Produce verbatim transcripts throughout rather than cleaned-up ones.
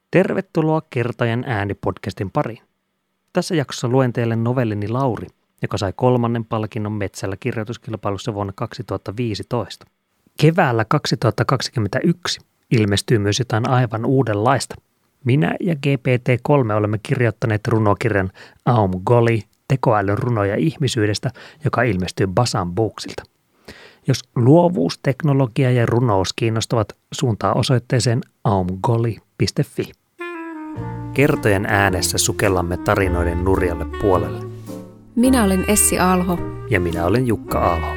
Tervetuloa Kertojen ääni-podcastin pariin. Tässä jaksossa luen teille novellini Lauri, joka sai kolmannen palkinnon Metsällä kirjoituskilpailussa vuonna kaksituhattaviisitoista. Keväällä kaksituhattakaksikymmentäyksi ilmestyy myös jotain aivan uudenlaista. Minä ja G P T kolme olemme kirjoittaneet runokirjan Aum Goli, tekoälyn runoja ihmisyydestä, joka ilmestyy Basan Booksilta. Jos luovuus, teknologia ja runous kiinnostavat, suuntaa osoitteeseen aumgoli piste fi. Kertojen äänessä sukellamme tarinoiden nurjalle puolelle. Minä olen Essi Alho. Ja minä olen Jukka Alho.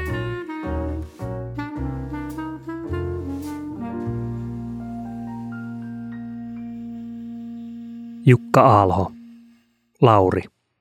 Jukka Alho. Lauri.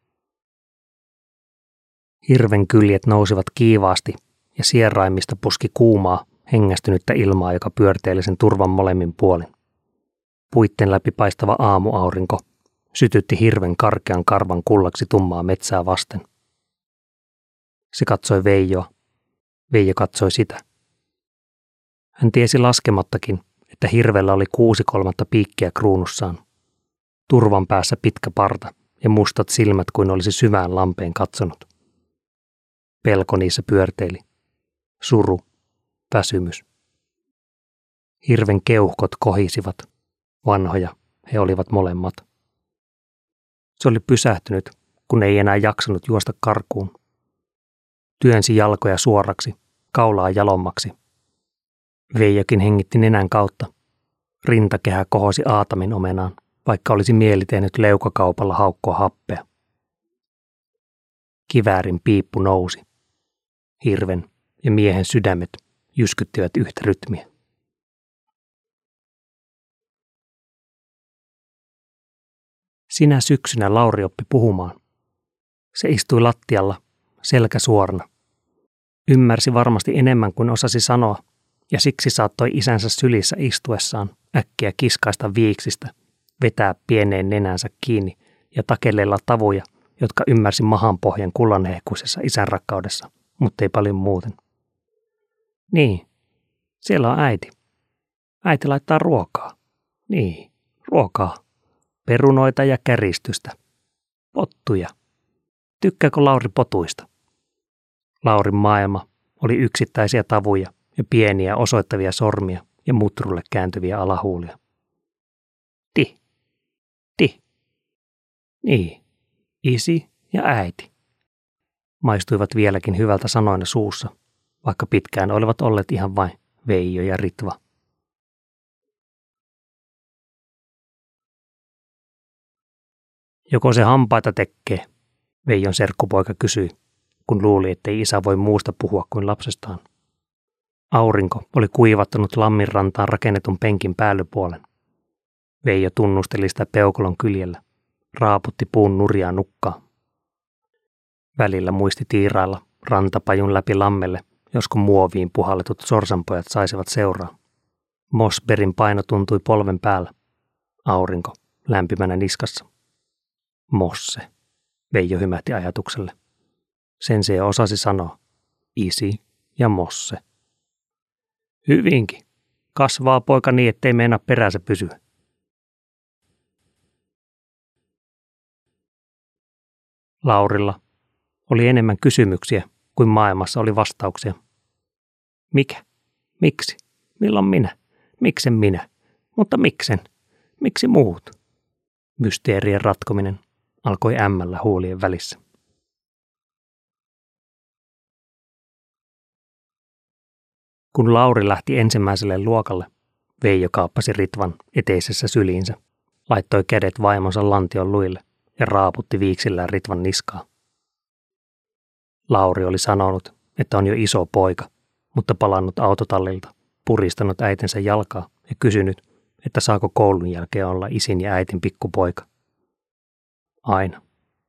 Hirven kyljet nousivat kiivaasti ja sieraimista puski kuumaa, hengästynyttä ilmaa, joka pyörteili sen turvan molemmin puolin. Puitten läpi paistava aamuaurinko sytytti hirven karkean karvan kullaksi tummaa metsää vasten. Se katsoi Veijoa. Veijo katsoi sitä. Hän tiesi laskemattakin, että hirvellä oli kuusi kolmatta piikkiä kruunussaan. Turvan päässä pitkä parta ja mustat silmät kuin olisi syvään lampeen katsonut. Pelko niissä pyörteili. Suru, väsymys. Hirven keuhkot kohisivat. Vanhoja he olivat molemmat. Se oli pysähtynyt, kun ei enää jaksanut juosta karkuun. Työnsi jalkoja suoraksi, kaulaa jalommaksi. Veijokin hengitti nenän kautta. Rintakehä kohosi aatamin omenaan, vaikka olisi mieli tehnyt leukakaupalla haukkoa happea. Kiväärin piippu nousi. Hirven ja miehen sydämet jyskyttivät yhtä rytmiä. Sinä syksynä Lauri oppi puhumaan. Se istui lattialla, selkä suorana. Ymmärsi varmasti enemmän kuin osasi sanoa, ja siksi saattoi isänsä sylissä istuessaan äkkiä kiskaista viiksistä, vetää pieneen nenänsä kiinni ja takellella tavuja, jotka ymmärsi mahanpohjan kullanhehkuisessa isän rakkaudessa, mutta ei paljon muuten. Niin, siellä on äiti. Äiti laittaa ruokaa. Niin, ruokaa. Perunoita ja käristystä. Pottuja. Tykkääkö Lauri potuista? Laurin maailma oli yksittäisiä tavuja ja pieniä osoittavia sormia ja mutrulle kääntyviä alahuulia. Ti. Ti. Niin, isi ja äiti. Maistuivat vieläkin hyvältä sanoina suussa, vaikka pitkään olivat olleet ihan vain Veijo ja Ritva. Joko se hampaita tekee, Veijon serkkupoika kysyi, kun luuli, ettei isä voi muusta puhua kuin lapsestaan. Aurinko oli kuivattanut lammin rantaan rakennetun penkin päällypuolen. Veijo tunnusteli sitä peukalon kyljellä, raaputti puun nurjaa nukkaa. Välillä muisti tiirailla rantapajun läpi lammelle, josko muoviin puhalletut sorsanpojat saisivat seuraa. Mosberin paino tuntui polven päällä. Aurinko lämpimänä niskassa. Mosse, Veijo hymähti ajatukselle. Sen se osasi sanoa. Isi ja Mosse. Hyvinkin. Kasvaa poika niin, ettei meinaa perässä pysyä. Laurilla oli enemmän kysymyksiä kuin maailmassa oli vastauksia. Mikä? Miksi? Milloin minä? Miksen minä? Mutta miksen? Miksi muut? Mysteerien ratkominen alkoi ämmällä huulien välissä. Kun Lauri lähti ensimmäiselle luokalle, Veijo kaappasi Ritvan eteisessä syliinsä, laittoi kädet vaimonsa lantion luille ja raaputti viiksillään Ritvan niskaa. Lauri oli sanonut, että on jo iso poika, mutta palannut autotallilta, puristanut äitinsä jalkaa ja kysynyt, että saako koulun jälkeen olla isin ja äitin pikkupoika. Aina.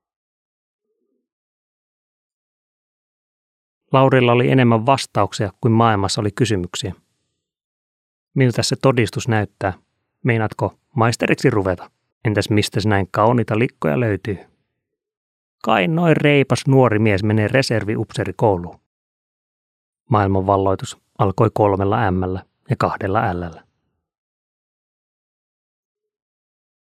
Laurilla oli enemmän vastauksia kuin maailmassa oli kysymyksiä. Miltä se todistus näyttää? Meinaatko maisteriksi ruveta? Entäs mistä näin kauniita likkoja löytyy? Kai noin reipas nuori mies menee reserviupseerikouluun. Maailman valloitus alkoi kolmella ämmällä ja kahdella ällä.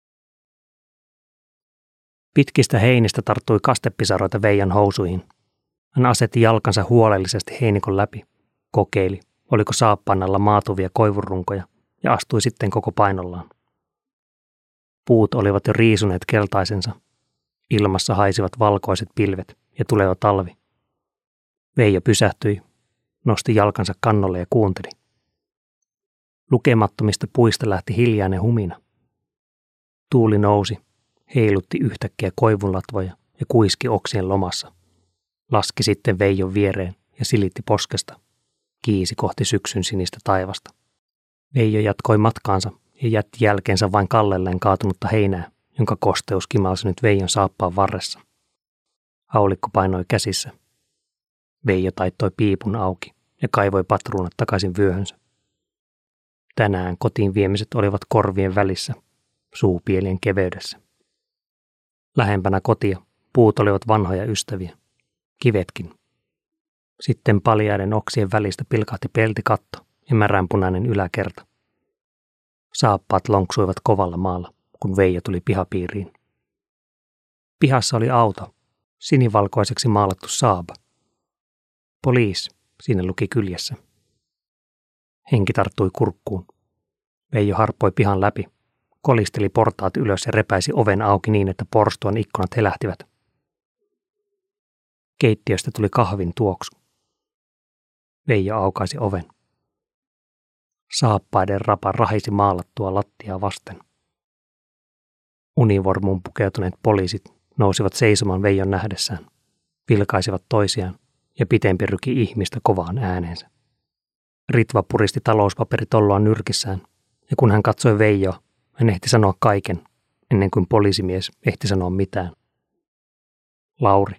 Pitkistä heinistä tarttui kastepisaroita Veijon housuihin. Hän asetti jalkansa huolellisesti heinikon läpi, kokeili, oliko saappaan alla maatuvia koivurunkoja ja astui sitten koko painollaan. Puut olivat jo riisuneet keltaisensa. Ilmassa haisivat valkoiset pilvet ja tuleva talvi. Veijo pysähtyi, nosti jalkansa kannolle ja kuunteli. Lukemattomista puista lähti hiljainen humina. Tuuli nousi, heilutti yhtäkkiä koivunlatvoja ja kuiski oksien lomassa. Laski sitten Veijon viereen ja silitti poskesta. Kiisi kohti syksyn sinistä taivasta. Veijo jatkoi matkaansa ja jätti jälkeensä vain kallelleen kaatunutta heinää, jonka kosteus kimalsi nyt Veijon saappaan varressa. Haulikko painoi käsissä. Veijo taittoi piipun auki ja kaivoi patruunat takaisin vyöhönsä. Tänään kotiin viemiset olivat korvien välissä, suupielien keveydessä. Lähempänä kotia puut olivat vanhoja ystäviä, kivetkin. Sitten paljaiden oksien välistä pilkahti peltikatto ja märänpunainen yläkerta. Saappaat lonksuivat kovalla maalla, kun Veijo tuli pihapiiriin. Pihassa oli auto, sinivalkoiseksi maalattu Saab. Poliis, siinä luki kyljessä. Henki tarttui kurkkuun. Veijo harppoi pihan läpi, kolisteli portaat ylös ja repäisi oven auki niin, että porstuan ikkunat helähtivät. Keittiöstä tuli kahvin tuoksu. Veijo aukaisi oven. Saappaiden rapa rahisi maalattua lattiaa vasten. Univormuun pukeutuneet poliisit nousivat seisomaan Veijon nähdessään, vilkaisivat toisiaan ja pitempi ryki ihmistä kovaan ääneensä. Ritva puristi talouspaperitolloa nyrkissään, ja kun hän katsoi Veijoa, hän ehti sanoa kaiken, ennen kuin poliisimies ehti sanoa mitään. Lauri.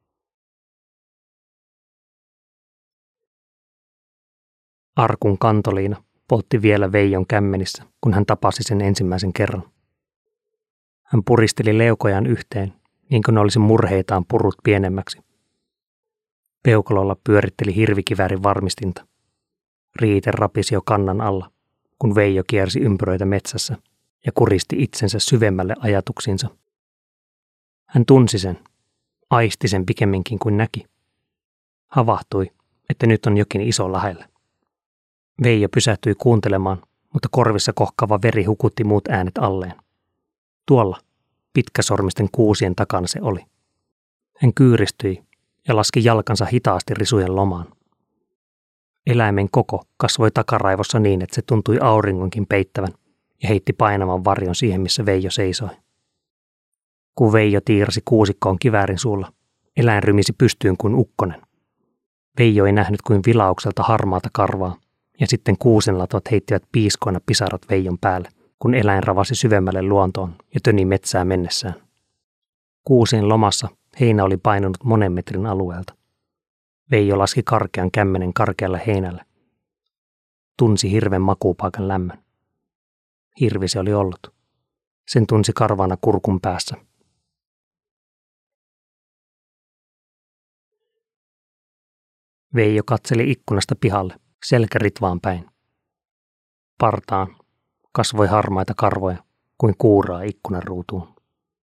Arkun kantoliina poltti vielä Veijon kämmenissä, kun hän tapasi sen ensimmäisen kerran. Hän puristeli leukojaan yhteen, niin kuin ne olisi murheitaan purut pienemmäksi. Peukalolla pyöritteli hirvikiväärin varmistinta. Riite rapisi jo kannan alla, kun Veijo kiersi ympyröitä metsässä ja kuristi itsensä syvemmälle ajatuksinsa. Hän tunsi sen, aisti sen pikemminkin kuin näki. Havahtui, että nyt on jokin iso lähellä. Veijo pysähtyi kuuntelemaan, mutta korvissa kohkava veri hukutti muut äänet alleen. Tuolla, pitkäsormisten kuusien takana se oli. Hän kyyristyi ja laski jalkansa hitaasti risujen lomaan. Eläimen koko kasvoi takaraivossa niin, että se tuntui auringonkin peittävän ja heitti painavan varjon siihen, missä Veijo seisoi. Kun Veijo tiirasi kuusikkoon kiväärin suulla, eläin rymisi pystyyn kuin ukkonen. Veijo ei nähnyt kuin vilaukselta harmaata karvaa, ja sitten kuusenlatvat heittivät piiskoina pisarat Veijon päälle, kun eläin ravasi syvemmälle luontoon ja töni metsää mennessään. Kuusien lomassa heinä oli painunut monen metrin alueelta. Veijo laski karkean kämmenen karkealle heinälle. Tunsi hirven makuupaikan lämmön. Hirvi se oli ollut. Sen tunsi karvana kurkun päässä. Veijo katseli ikkunasta pihalle, selkä Ritvaan päin. Partaan kasvoi harmaita karvoja kuin kuuraa ikkunan ruutuun.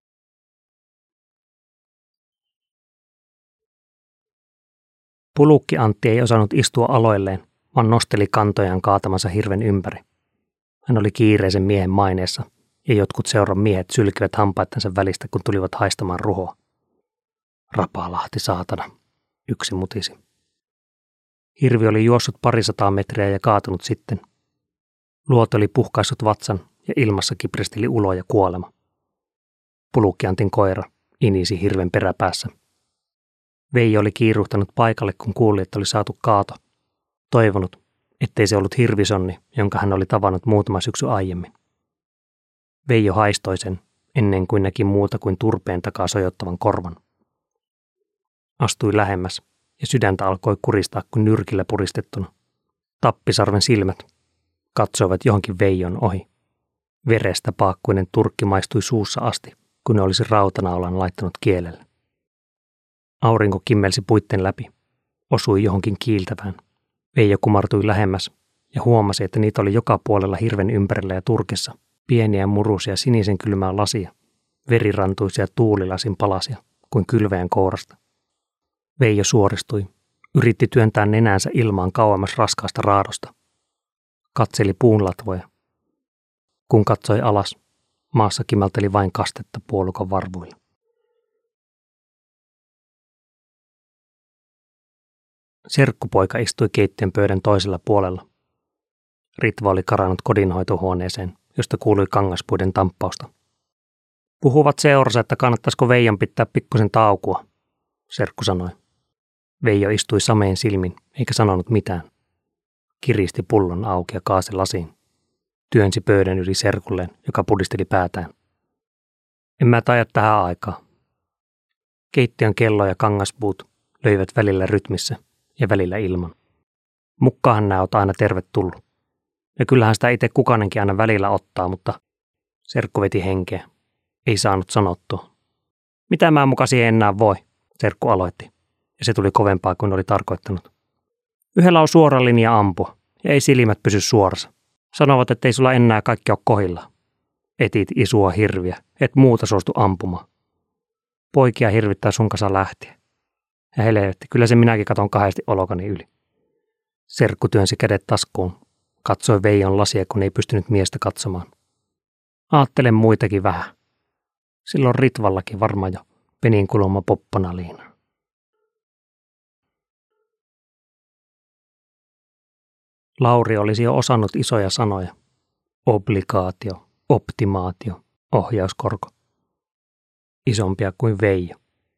Pulukki Antti ei osannut istua aloilleen, vaan nosteli kantojaan kaatamansa hirven ympäri. Hän oli kiireisen miehen maineessa, ja jotkut seuran miehet sylkivät hampaittensa välistä, kun tulivat haistamaan ruhoa. Rapalahti saatana, yksi mutisi. Hirvi oli juossut parisataa metriä ja kaatunut sitten. Luoti oli puhkaissut vatsan ja ilmassa kipristeli ulo ja kuolema. Pulukki Antin koira inisi hirven peräpäässä. Veijo oli kiiruhtanut paikalle, kun kuuli, että oli saatu kaato. Toivonut, ettei se ollut hirvisonni, jonka hän oli tavannut muutama syksy aiemmin. Veijo haistoi sen, ennen kuin näki muuta kuin turpeen takaa sojottavan korvan. Astui lähemmäs, ja sydäntä alkoi kuristaa kuin nyrkillä puristettuna. Tappisarven silmät katsoivat johonkin Veijon ohi. Verestä paakkuinen turkki maistui suussa asti, kun ne olisi rautanaulan laittanut kielelle. Aurinko kimmelsi puitten läpi, osui johonkin kiiltävään. Veijo kumartui lähemmäs ja huomasi, että niitä oli joka puolella hirven ympärillä ja turkissa, pieniä murusia sinisen kylmää lasia, verirantuisia tuulilasin palasia kuin kylväjän kourasta. Veijo suoristui, yritti työntää nenänsä ilmaan kauemmas raskaasta raadosta. Katseli puunlatvoja. Kun katsoi alas, maassa kimalteli vain kastetta puolukon varvuilla. Serkkupoika istui keittiön pöydän toisella puolella. Ritva oli karannut kodinhoitohuoneeseen, josta kuului kangaspuiden tamppausta. Puhuvat seurassa, että kannattaisiko Veijan pitää pikkusen taukua, serkku sanoi. Veijo istui sameen silmin, eikä sanonut mitään. Kiristi pullon auki ja kaasi lasiin. Työnsi pöydän yli serkulleen, joka pudisteli päätään. En mä taida tähän aikaa. Keittiön kello ja kangaspuut löivät välillä rytmissä ja välillä ilman. Mukkaahan nää oot aina tervetullut. Ja kyllähän sitä itse kukainenkin aina välillä ottaa, mutta serkku veti henkeä. Ei saanut sanottua. Mitä mä muka siihen enää voi, serkku aloitti. Ja se tuli kovempaa kuin oli tarkoittanut. Yhdellä on suora linja ampua ja ei silmät pysy suorassa. Sanovat, että ei sulla enää kaikki ole kohilla. Etit isua hirviä, et muuta suostu ampumaan. Poikia hirvittää sun kanssa lähtiä. Ja helvetti, kyllä se minäkin katon kahdesti olokani yli. Serkku työnsi kädet taskuun. Katsoi Veijon lasia, kun ei pystynyt miestä katsomaan. Aattelen muitakin vähän. Silloin Ritvallakin varmaan jo penin kulma poppana liina. Lauri olisi jo osannut isoja sanoja. Obligaatio, optimaatio, ohjauskorko. Isompia kuin Veijo.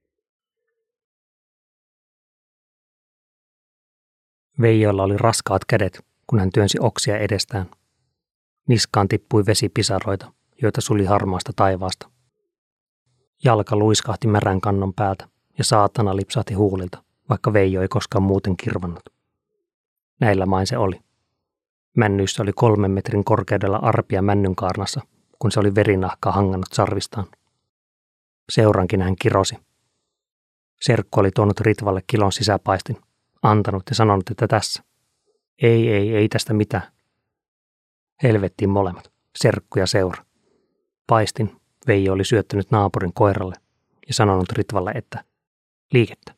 Veijolla oli raskaat kädet, kun hän työnsi oksia edestään. Niskaan tippui vesipisaroita, joita suli harmaasta taivaasta. Jalka luiskahti märän kannon päältä ja saatana lipsahti huulilta, vaikka Veijo ei koskaan muuten kirvannut. Näillä main se oli. Männyissä oli kolmen metrin korkeudella arpia männynkaarnassa, kun se oli verinahkaa hangannut sarvistaan. Seurankin hän kirosi. Serkku oli tuonut Ritvalle kilon sisäpaistin, antanut ja sanonut, että tässä. Ei, ei, ei tästä mitään. Helvettiin molemmat, serkku ja seura. Paistin Veijo oli syöttänyt naapurin koiralle ja sanonut Ritvalle, että liikettä.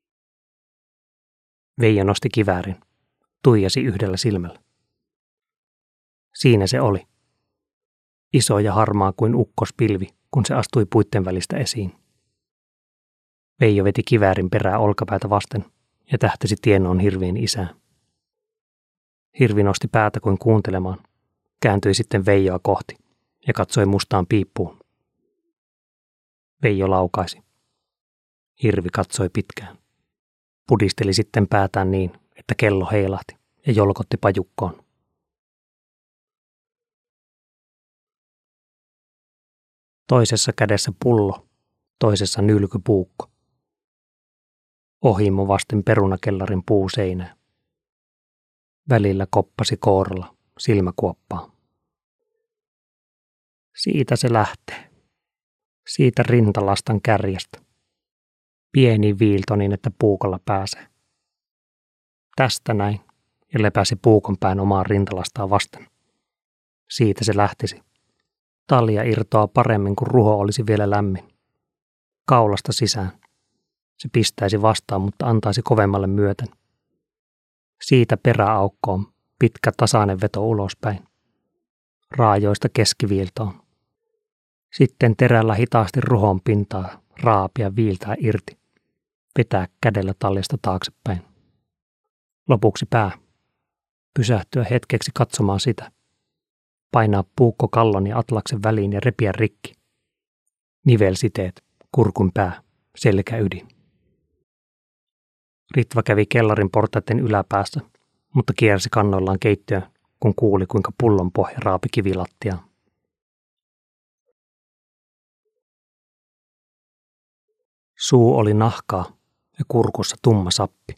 Veijo nosti kiväärin, tuijasi yhdellä silmällä. Siinä se oli. Iso ja harmaa kuin ukkospilvi, kun se astui puitten välistä esiin. Veijo veti kiväärin perää olkapäätä vasten ja tähtäsi tienoon hirvien isään. Hirvi nosti päätä kuin kuuntelemaan, kääntyi sitten Veijoa kohti ja katsoi mustaan piippuun. Veijo laukaisi. Hirvi katsoi pitkään. Pudisteli sitten päätään niin, että kello heilahti ja jolkotti pajukkoon. Toisessa kädessä pullo, toisessa nylkypuukko. Ohimo vasten perunakellarin puuseinää. Välillä koppasi kouralla silmäkuoppaa. Siitä se lähtee. Siitä rintalastan kärjestä. Pieni viilto niin, että puukolla pääsee. Tästä näin ja lepäsi puukon pään omaan rintalastaan vasten. Siitä se lähtisi. Talja irtoaa paremmin, kun ruho olisi vielä lämmin. Kaulasta sisään. Se pistäisi vastaan, mutta antaisi kovemmalle myöten. Siitä peräaukkoon pitkä tasainen veto ulospäin. Raajoista keskiviiltoon. Sitten terällä hitaasti ruhon pintaa raapia viiltää irti. Vetää kädellä taljasta taaksepäin. Lopuksi pää. Pysähtyä hetkeksi katsomaan sitä. Painaa puukko kallon ja atlaksen väliin ja repiä rikki. Nivelsiteet, kurkun pää, selkäydin. Ritva kävi kellarin portaiden yläpäässä, mutta kiersi kannoillaan keittiöön, kun kuuli kuinka pullon pohja raapi kivilattiaan. Suu oli nahkaa ja kurkussa tumma sappi.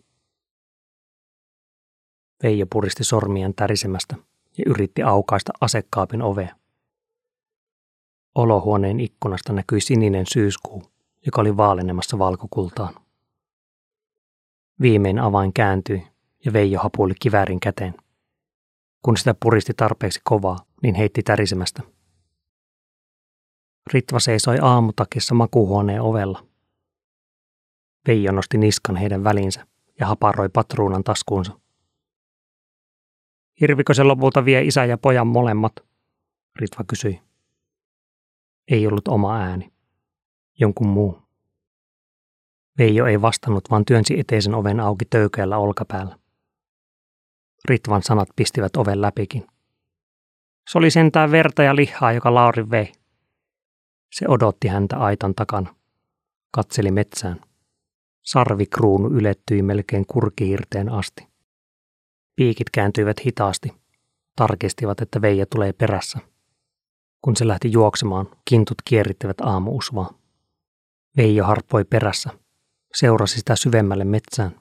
Veijo puristi sormien tärisemästä ja yritti aukaista asekaapin ovea. Olohuoneen ikkunasta näkyi sininen syyskuu, joka oli vaalenemassa valkokultaan. Viimein avain kääntyi ja Veijo hapuili kiväärin käteen. Kun sitä puristi tarpeeksi kovaa, niin heitti tärisemästä. Ritva seisoi aamutakissa makuuhuoneen ovella. Veijo nosti niskan heidän välinsä ja haparoi patruunan taskuunsa. Hirvikö se lopulta vie isä ja pojan molemmat? Ritva kysyi. Ei ollut oma ääni. Jonkun muu. Veijo ei vastannut, vaan työnsi eteisen oven auki töykeällä olkapäällä. Ritvan sanat pistivät oven läpikin. Se oli sentään verta ja lihaa, joka Lauri vei. Se odotti häntä aitan takana. Katseli metsään. Sarvikruunu ylettyi melkein kurkihirteen asti. Piikit kääntyivät hitaasti. Tarkistivat, että Veijo tulee perässä. Kun se lähti juoksemaan, kintut kierrittivät aamuusvaa. Veijo harppoi perässä. Seurasi sitä syvemmälle metsään.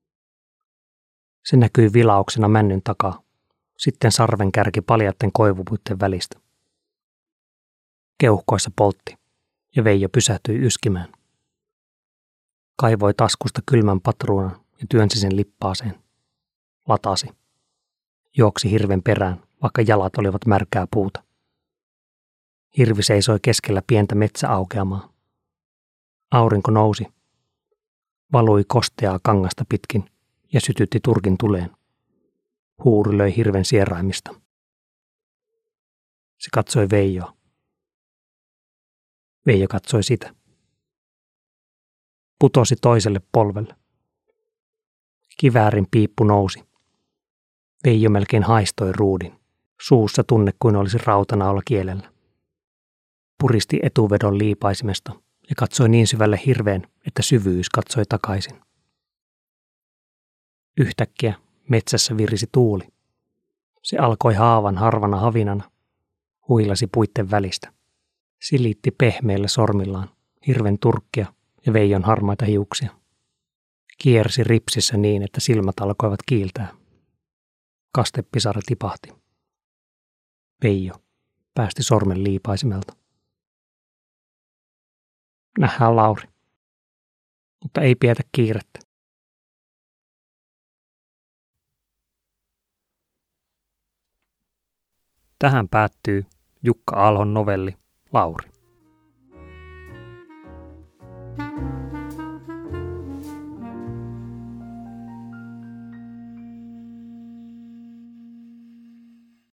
Se näkyi vilauksena männyn takaa. Sitten sarven kärki paljatten koivupuitten välistä. Keuhkoissa poltti, ja Veijo pysähtyi yskimään. Kaivoi taskusta kylmän patruunan ja työnsi sen lippaaseen. Latasi. Juoksi hirven perään, vaikka jalat olivat märkää puuta. Hirvi seisoi keskellä pientä metsäaukeamaa. Aurinko nousi. Valui kosteaa kangasta pitkin ja sytytti turkin tuleen. Huuri löi hirven sieraimista. Se katsoi Veijoa. Veijo katsoi sitä. Putosi toiselle polvelle. Kiväärin piippu nousi. Veijo melkein haistoi ruudin. Suussa tunne kuin olisi rautanaula kielellä. Puristi etuvedon liipaisimesta ja katsoi niin syvälle hirveen, että syvyys katsoi takaisin. Yhtäkkiä metsässä virisi tuuli. Se alkoi haavan harvana havinana. Huilasi puitten välistä. Silitti pehmeillä sormillaan hirven turkkia ja Veijon harmaita hiuksia. Kiersi ripsissä niin, että silmät alkoivat kiiltää. Kastepisara tipahti. Veijo päästi sormen liipaisimelta. Nähdään Lauri. Mutta ei pietä kiirettä. Tähän päättyy Jukka Aallon novelli Lauri.